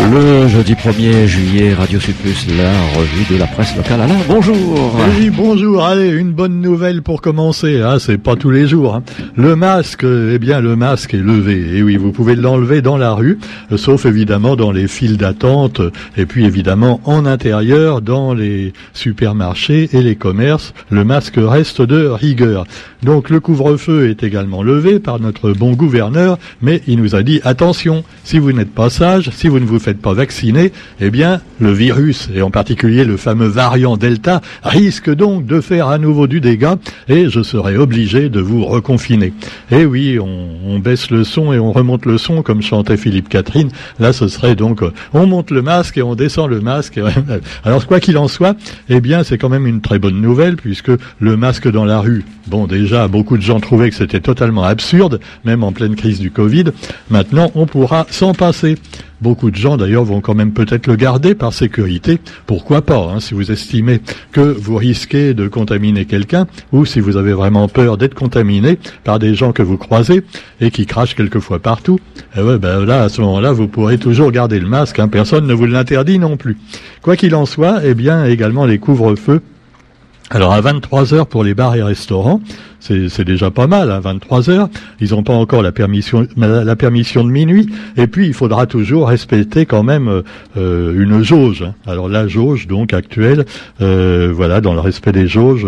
Le jeudi 1er juillet, Radio Sud Plus, la revue de la presse locale. Alain, bonjour. Oui, bonjour. Allez, une bonne nouvelle pour commencer. Ah, c'est pas tous les jours. Le masque, le masque est levé. Et oui, vous pouvez l'enlever dans la rue, sauf évidemment dans les files d'attente, et puis évidemment en intérieur, dans les supermarchés et les commerces. Le masque reste de rigueur. Donc le couvre-feu est également levé par notre bon gouverneur, mais il nous a dit attention, si vous n'êtes pas sage, si vous ne vous faites pas vacciner, eh bien le virus, et en particulier le fameux variant Delta, risque donc de faire à nouveau du dégât, et je serai obligé de vous reconfiner. Et oui, on baisse le son et on remonte le son, comme chantait Philippe Catherine. Là, ce serait donc, on monte le masque et on descend le masque. Alors quoi qu'il en soit, eh bien c'est quand même une très bonne nouvelle, puisque le masque dans la rue, bon déjà, beaucoup de gens trouvaient que c'était totalement absurde, même en pleine crise du Covid. Maintenant, on pourra s'en passer. Beaucoup de gens, d'ailleurs, vont quand même peut-être le garder par sécurité. Pourquoi pas, si vous estimez que vous risquez de contaminer quelqu'un, ou si vous avez vraiment peur d'être contaminé par des gens que vous croisez et qui crachent quelquefois partout. Et là, à ce moment-là, vous pourrez toujours garder le masque. Personne ne vous l'interdit non plus. Quoi qu'il en soit, eh bien, également les couvre-feux. Alors à 23h pour les bars et restaurants, c'est déjà pas mal, 23h. Ils n'ont pas encore la permission de minuit. Et puis il faudra toujours respecter quand même une jauge. Alors la jauge donc actuelle, dans le respect des jauges,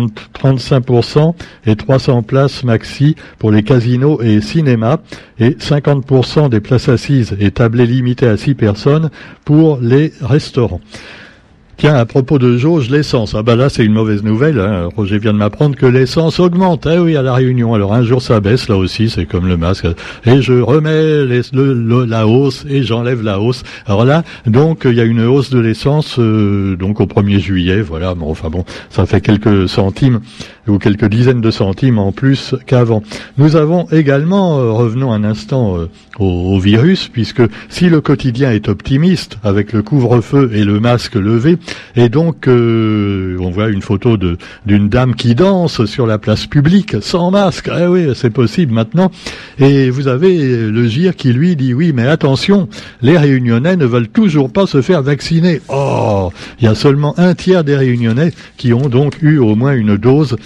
35% et 300 places maxi pour les casinos et cinémas, et 50% des places assises et tablées limitées à 6 personnes pour les restaurants. Tiens, à propos de jauge, l'essence. Là, c'est une mauvaise nouvelle. Roger vient de m'apprendre que l'essence augmente. Oui, à La Réunion. Alors, un jour, ça baisse. Là aussi, c'est comme le masque. Et je remets la hausse et j'enlève la hausse. Alors là, donc, il y a une hausse de l'essence, donc au 1er juillet. Voilà. Ça fait quelques centimes ou quelques dizaines de centimes en plus qu'avant. Nous avons également, revenons un instant au virus, puisque si le quotidien est optimiste avec le couvre-feu et le masque levé, et donc on voit une photo d'une dame qui danse sur la place publique sans masque. Oui, c'est possible maintenant. Et vous avez le GIR qui lui dit oui, mais attention, les Réunionnais ne veulent toujours pas se faire vacciner. Oh, il y a seulement un tiers des Réunionnais qui ont donc eu au moins une dose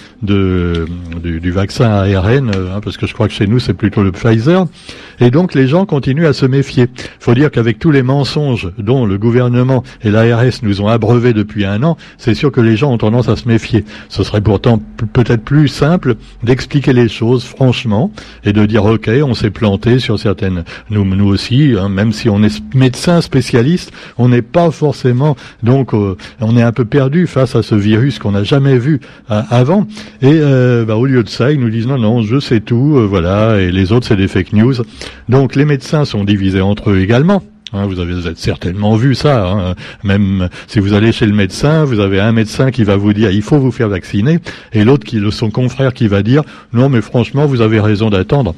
du vaccin ARN, parce que je crois que chez nous c'est plutôt le Pfizer. Et donc les gens continuent à se méfier. Faut dire qu'avec tous les mensonges dont le gouvernement et l'ARS nous ont abreuvé depuis un an, c'est sûr que les gens ont tendance à se méfier. Ce serait pourtant peut-être plus simple d'expliquer les choses franchement et de dire ok, on s'est planté sur certaines, nous aussi, même si on est médecin spécialiste, on n'est pas forcément, donc on est un peu perdu face à ce virus qu'on n'a jamais vu avant. Et au lieu de ça, ils nous disent non, je sais tout, et les autres c'est des fake news. Donc les médecins sont divisés entre eux également. Vous avez certainement vu ça. Même si vous allez chez le médecin, vous avez un médecin qui va vous dire il faut vous faire vacciner, et l'autre son confrère qui va dire non mais franchement vous avez raison d'attendre.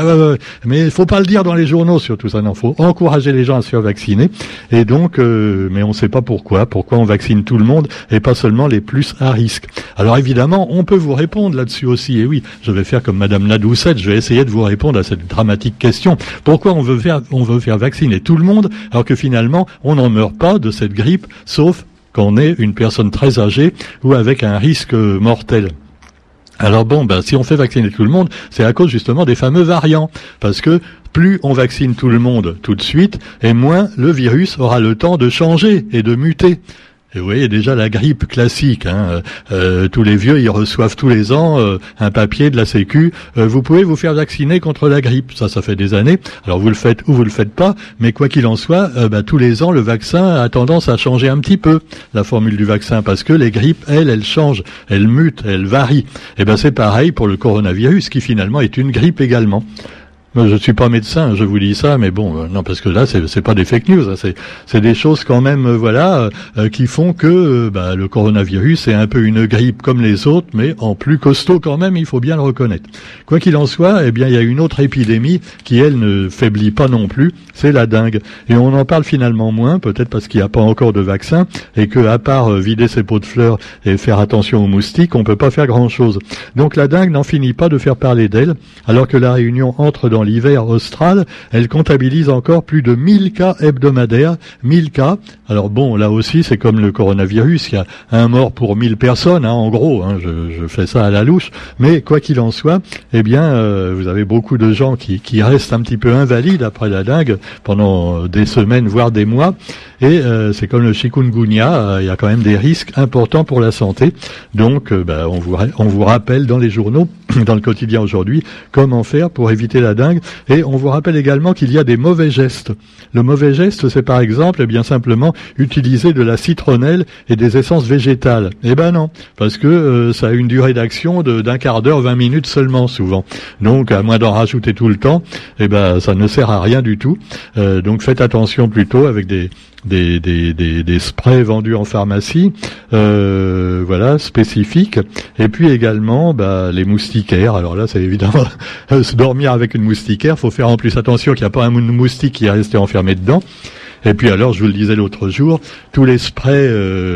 Mais il faut pas le dire dans les journaux surtout ça. Non, faut encourager les gens à se faire vacciner. Et donc, mais on ne sait pas pourquoi on vaccine tout le monde et pas seulement les plus à risque. Alors évidemment, on peut vous répondre là-dessus aussi. Et oui, je vais faire comme Madame Nadoucette, je vais essayer de vous répondre à cette dramatique question. Pourquoi on veut faire vacciner tout le monde alors que finalement, on n'en meurt pas de cette grippe, sauf quand on est une personne très âgée ou avec un risque mortel. Alors si on fait vacciner tout le monde, c'est à cause justement des fameux variants, parce que plus on vaccine tout le monde tout de suite, et moins le virus aura le temps de changer et de muter. Et vous voyez déjà la grippe classique, tous les vieux ils reçoivent tous les ans un papier de la Sécu, vous pouvez vous faire vacciner contre la grippe, ça fait des années, alors vous le faites ou vous le faites pas, mais quoi qu'il en soit, tous les ans le vaccin a tendance à changer un petit peu, la formule du vaccin, parce que les grippes, elles changent, elles mutent, elles varient. Et c'est pareil pour le coronavirus qui finalement est une grippe également. Je ne suis pas médecin, je vous dis ça, mais non, parce que là, c'est pas des fake news, c'est des choses quand même, qui font que le coronavirus est un peu une grippe comme les autres, mais en plus costaud quand même, il faut bien le reconnaître. Quoi qu'il en soit, il y a une autre épidémie qui, elle, ne faiblit pas non plus, c'est la dengue. Et on en parle finalement moins, peut-être parce qu'il n'y a pas encore de vaccin, et que à part vider ses pots de fleurs et faire attention aux moustiques, on peut pas faire grand-chose. Donc la dengue n'en finit pas de faire parler d'elle, alors que la Réunion entre dans l'hiver austral, elle comptabilise encore plus de 1000 cas hebdomadaires. 1000 cas. Alors bon, là aussi, c'est comme le coronavirus, il y a un mort pour 1000 personnes, en gros, je fais ça à la louche, mais quoi qu'il en soit, eh bien, vous avez beaucoup de gens qui restent un petit peu invalides après la dengue pendant des semaines, voire des mois, et c'est comme le chikungunya, il y a quand même des risques importants pour la santé. Donc, on vous rappelle dans les journaux, dans le quotidien aujourd'hui, comment faire pour éviter la dengue, et on vous rappelle également qu'il y a des mauvais gestes. Le mauvais geste, c'est par exemple, eh bien simplement utiliser de la citronnelle et des essences végétales. Eh ben non, parce que ça a une durée d'action d'un quart d'heure, 20 minutes seulement souvent. Donc, à moins d'en rajouter tout le temps, eh ben ça ne sert à rien du tout. Donc faites attention plutôt avec des sprays vendus en pharmacie, voilà, spécifiques. Et puis également, les moustiquaires. Alors là, c'est évidemment se dormir avec une moustiquaire. Faut faire en plus attention qu'il n'y a pas un moustique qui est resté enfermé dedans. Et puis alors, je vous le disais l'autre jour, tous les sprays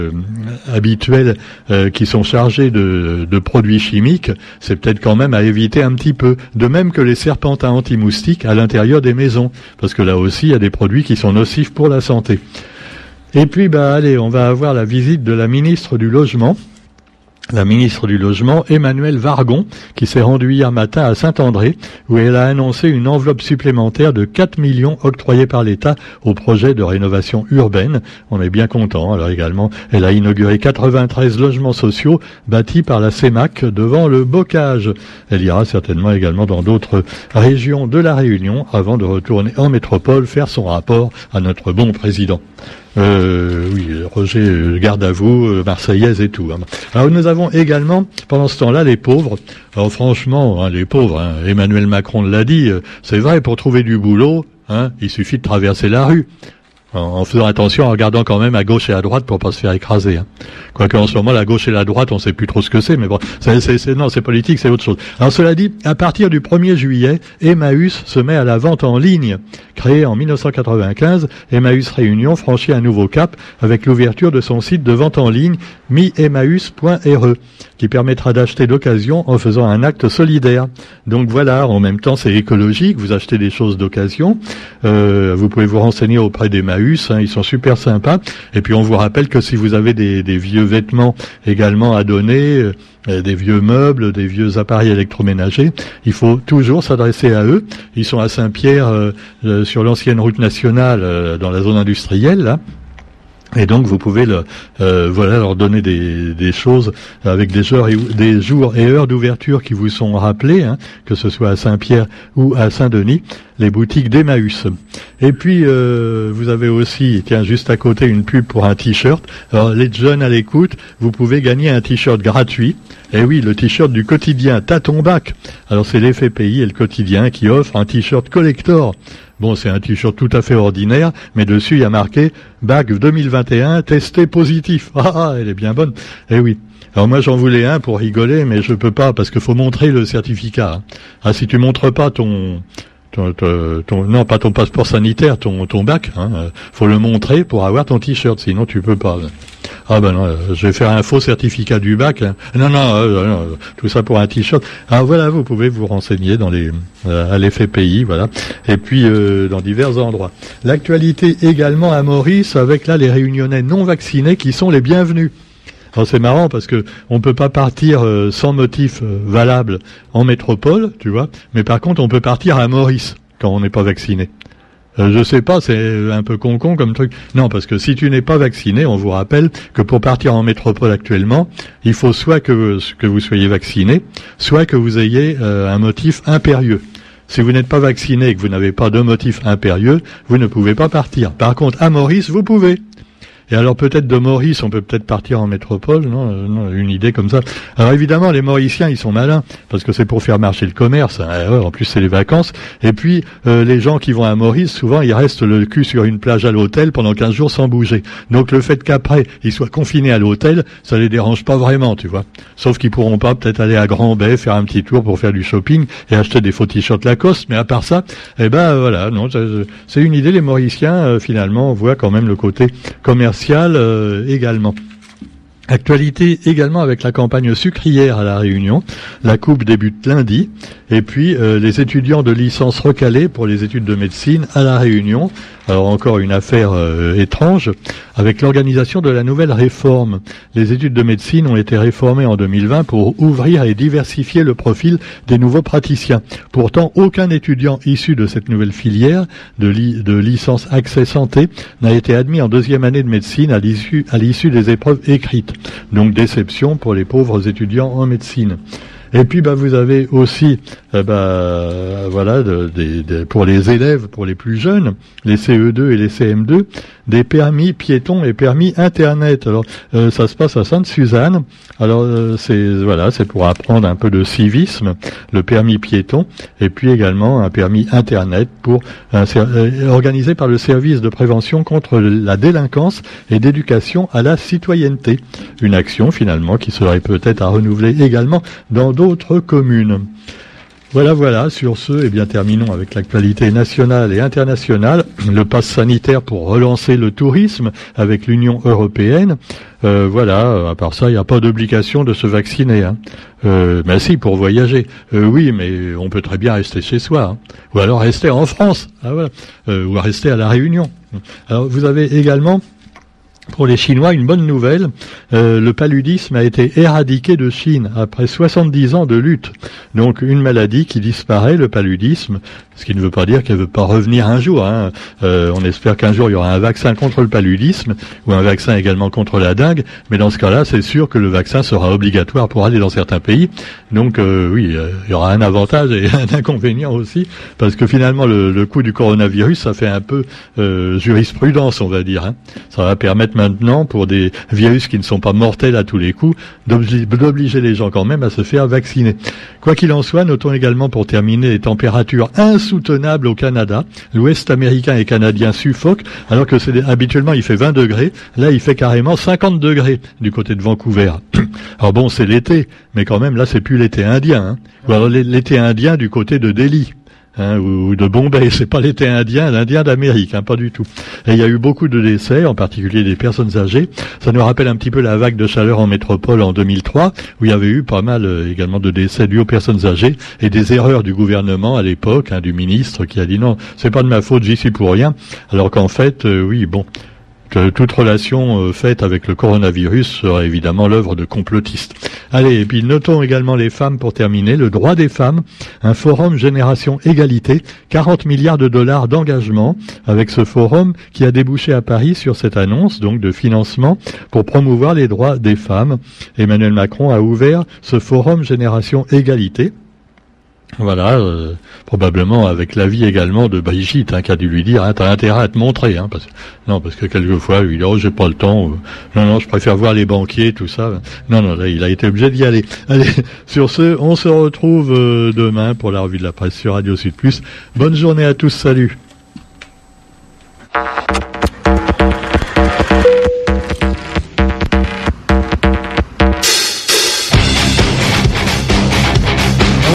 habituels qui sont chargés de produits chimiques, c'est peut-être quand même à éviter un petit peu. De même que les serpentins anti-moustiques à l'intérieur des maisons, parce que là aussi, il y a des produits qui sont nocifs pour la santé. Et puis, allez, on va avoir la visite de la ministre du Logement. La ministre du Logement, Emmanuelle Wargon, qui s'est rendue hier matin à Saint-André, où elle a annoncé une enveloppe supplémentaire de 4 millions octroyée par l'État au projet de rénovation urbaine. On est bien content. Alors également, elle a inauguré 93 logements sociaux bâtis par la CEMAC devant le Bocage. Elle ira certainement également dans d'autres régions de la Réunion avant de retourner en métropole faire son rapport à notre bon président. Oui, Roger, garde à vous, Marseillaise et tout. Alors nous avons également, pendant ce temps-là, les pauvres. Alors franchement, les pauvres, Emmanuel Macron l'a dit, c'est vrai, pour trouver du boulot, il suffit de traverser la rue. En faisant attention, en regardant quand même à gauche et à droite pour pas se faire écraser. Quoique en ce moment, la gauche et la droite, on sait plus trop ce que c'est, mais bon, c'est politique, c'est autre chose. Alors cela dit, à partir du 1er juillet, Emmaüs se met à la vente en ligne. Créé en 1995, Emmaüs Réunion franchit un nouveau cap avec l'ouverture de son site de vente en ligne miemmaüs.re, qui permettra d'acheter d'occasion en faisant un acte solidaire. Donc voilà, en même temps, c'est écologique, vous achetez des choses d'occasion, vous pouvez vous renseigner auprès d'Emmaüs, ils sont super sympas. Et puis on vous rappelle que si vous avez des vieux vêtements également à donner, des vieux meubles, des vieux appareils électroménagers, il faut toujours s'adresser à eux. Ils sont à Saint-Pierre, sur l'ancienne route nationale, dans la zone industrielle, là. Et donc vous pouvez leur donner des choses avec des jours et heures d'ouverture qui vous sont rappelés, que ce soit à Saint-Pierre ou à Saint-Denis, les boutiques d'Emmaüs. Et puis vous avez aussi, juste à côté, une pub pour un t-shirt. Alors les jeunes à l'écoute, vous pouvez gagner un t-shirt gratuit. Et oui, le t-shirt du quotidien T'as ton bac. Alors c'est l'Effet Pays et le quotidien qui offre un t-shirt collector. Bon, c'est un t-shirt tout à fait ordinaire, mais dessus il y a marqué bac 2021 testé positif. Elle est bien bonne. Eh oui. Alors moi j'en voulais un pour rigoler, mais je peux pas parce qu'il faut montrer le certificat. Si tu montres pas non, pas ton passeport sanitaire, ton bac, faut le montrer pour avoir ton t-shirt, sinon tu peux pas. Non, je vais faire un faux certificat du bac. Non, tout ça pour un t-shirt. Alors voilà, vous pouvez vous renseigner à l'Effet Pays, voilà. Et puis dans divers endroits. L'actualité également à Maurice, avec là les Réunionnais non vaccinés qui sont les bienvenus. Alors c'est marrant parce que on peut pas partir sans motif valable en métropole, tu vois, mais par contre on peut partir à Maurice quand on n'est pas vacciné. Je sais pas, c'est un peu con comme truc. Non, parce que si tu n'es pas vacciné, on vous rappelle que pour partir en métropole actuellement, il faut soit que vous soyez vacciné, soit que vous ayez un motif impérieux. Si vous n'êtes pas vacciné et que vous n'avez pas de motif impérieux, vous ne pouvez pas partir. Par contre, à Maurice, vous pouvez. Et alors peut-être de Maurice, on peut peut-être partir en métropole, non, une idée comme ça. Alors évidemment, les Mauriciens, ils sont malins, parce que c'est pour faire marcher le commerce, en plus c'est les vacances. Et puis, les gens qui vont à Maurice, souvent, ils restent le cul sur une plage à l'hôtel pendant 15 jours sans bouger. Donc le fait qu'après, ils soient confinés à l'hôtel, ça les dérange pas vraiment, tu vois. Sauf qu'ils pourront pas peut-être aller à Grand-Bay, faire un petit tour pour faire du shopping et acheter des faux t-shirts Lacoste, mais à part ça, voilà, non, c'est une idée, les Mauriciens, finalement, on voit quand même le côté commercial également. Actualité également avec la campagne sucrière à La Réunion. La coupe débute lundi. Et puis les étudiants de licence recalés pour les études de médecine à La Réunion. Alors encore une affaire étrange avec l'organisation de la nouvelle réforme. Les études de médecine ont été réformées en 2020 pour ouvrir et diversifier le profil des nouveaux praticiens. Pourtant, aucun étudiant issu de cette nouvelle filière de licence accès santé n'a été admis en deuxième année de médecine à l'issue des épreuves écrites. Donc déception pour les pauvres étudiants en médecine. Et puis vous avez aussi voilà pour les élèves, pour les plus jeunes, les CE2 et les CM2, des permis piétons et permis internet. Alors ça se passe à Sainte-Suzanne. Alors c'est pour apprendre un peu de civisme, le permis piéton et puis également un permis internet pour organisé par le service de prévention contre la délinquance et d'éducation à la citoyenneté. Une action finalement qui serait peut-être à renouveler également dans d'autres communes. Voilà, sur ce, terminons avec l'actualité nationale et internationale. Le pass sanitaire pour relancer le tourisme avec l'Union européenne. À part ça, il n'y a pas d'obligation de se vacciner. Mais si, pour voyager. Oui, mais on peut très bien rester chez soi. Ou alors rester en France. Ou rester à La Réunion. Alors, vous avez également... Pour les Chinois, une bonne nouvelle, le paludisme a été éradiqué de Chine après 70 ans de lutte. Donc une maladie qui disparaît, le paludisme, ce qui ne veut pas dire qu'elle ne veut pas revenir un jour. On espère qu'un jour il y aura un vaccin contre le paludisme ou un vaccin également contre la dengue, mais dans ce cas-là, c'est sûr que le vaccin sera obligatoire pour aller dans certains pays. Donc il y aura un avantage et un inconvénient aussi, parce que finalement le coup du coronavirus, ça fait un peu jurisprudence, on va dire. Ça va permettre maintenant, pour des virus qui ne sont pas mortels à tous les coups, d'obliger les gens quand même à se faire vacciner. Quoi qu'il en soit, notons également pour terminer les températures insoutenables au Canada. L'Ouest américain et canadien suffoquent, alors que habituellement il fait 20 degrés. Là, il fait carrément 50 degrés du côté de Vancouver. Alors bon, c'est l'été, mais quand même, là, c'est plus l'été indien. Ou alors l'été indien du côté de Delhi. Ou de Bombay, c'est pas l'été indien, l'Indien d'Amérique, pas du tout. Et il y a eu beaucoup de décès, en particulier des personnes âgées. Ça nous rappelle un petit peu la vague de chaleur en métropole en 2003, où il y avait eu pas mal également de décès dus aux personnes âgées et des erreurs du gouvernement à l'époque, du ministre qui a dit non, c'est pas de ma faute, j'y suis pour rien. Alors qu'en fait, toute relation faite avec le coronavirus serait évidemment l'œuvre de complotistes. Allez, et puis notons également les femmes pour terminer. Le droit des femmes, un forum Génération Égalité, 40 milliards de dollars d'engagement avec ce forum qui a débouché à Paris sur cette annonce donc de financement pour promouvoir les droits des femmes. Emmanuel Macron a ouvert ce forum Génération Égalité. Probablement avec l'avis également de Brigitte, qui a dû lui dire, t'as intérêt à te montrer, parce que quelquefois, il dit, j'ai pas le temps, je préfère voir les banquiers, tout ça. Là, il a été obligé d'y aller. Allez, sur ce, on se retrouve demain pour la revue de la presse sur Radio Sud Plus. Bonne journée à tous, salut.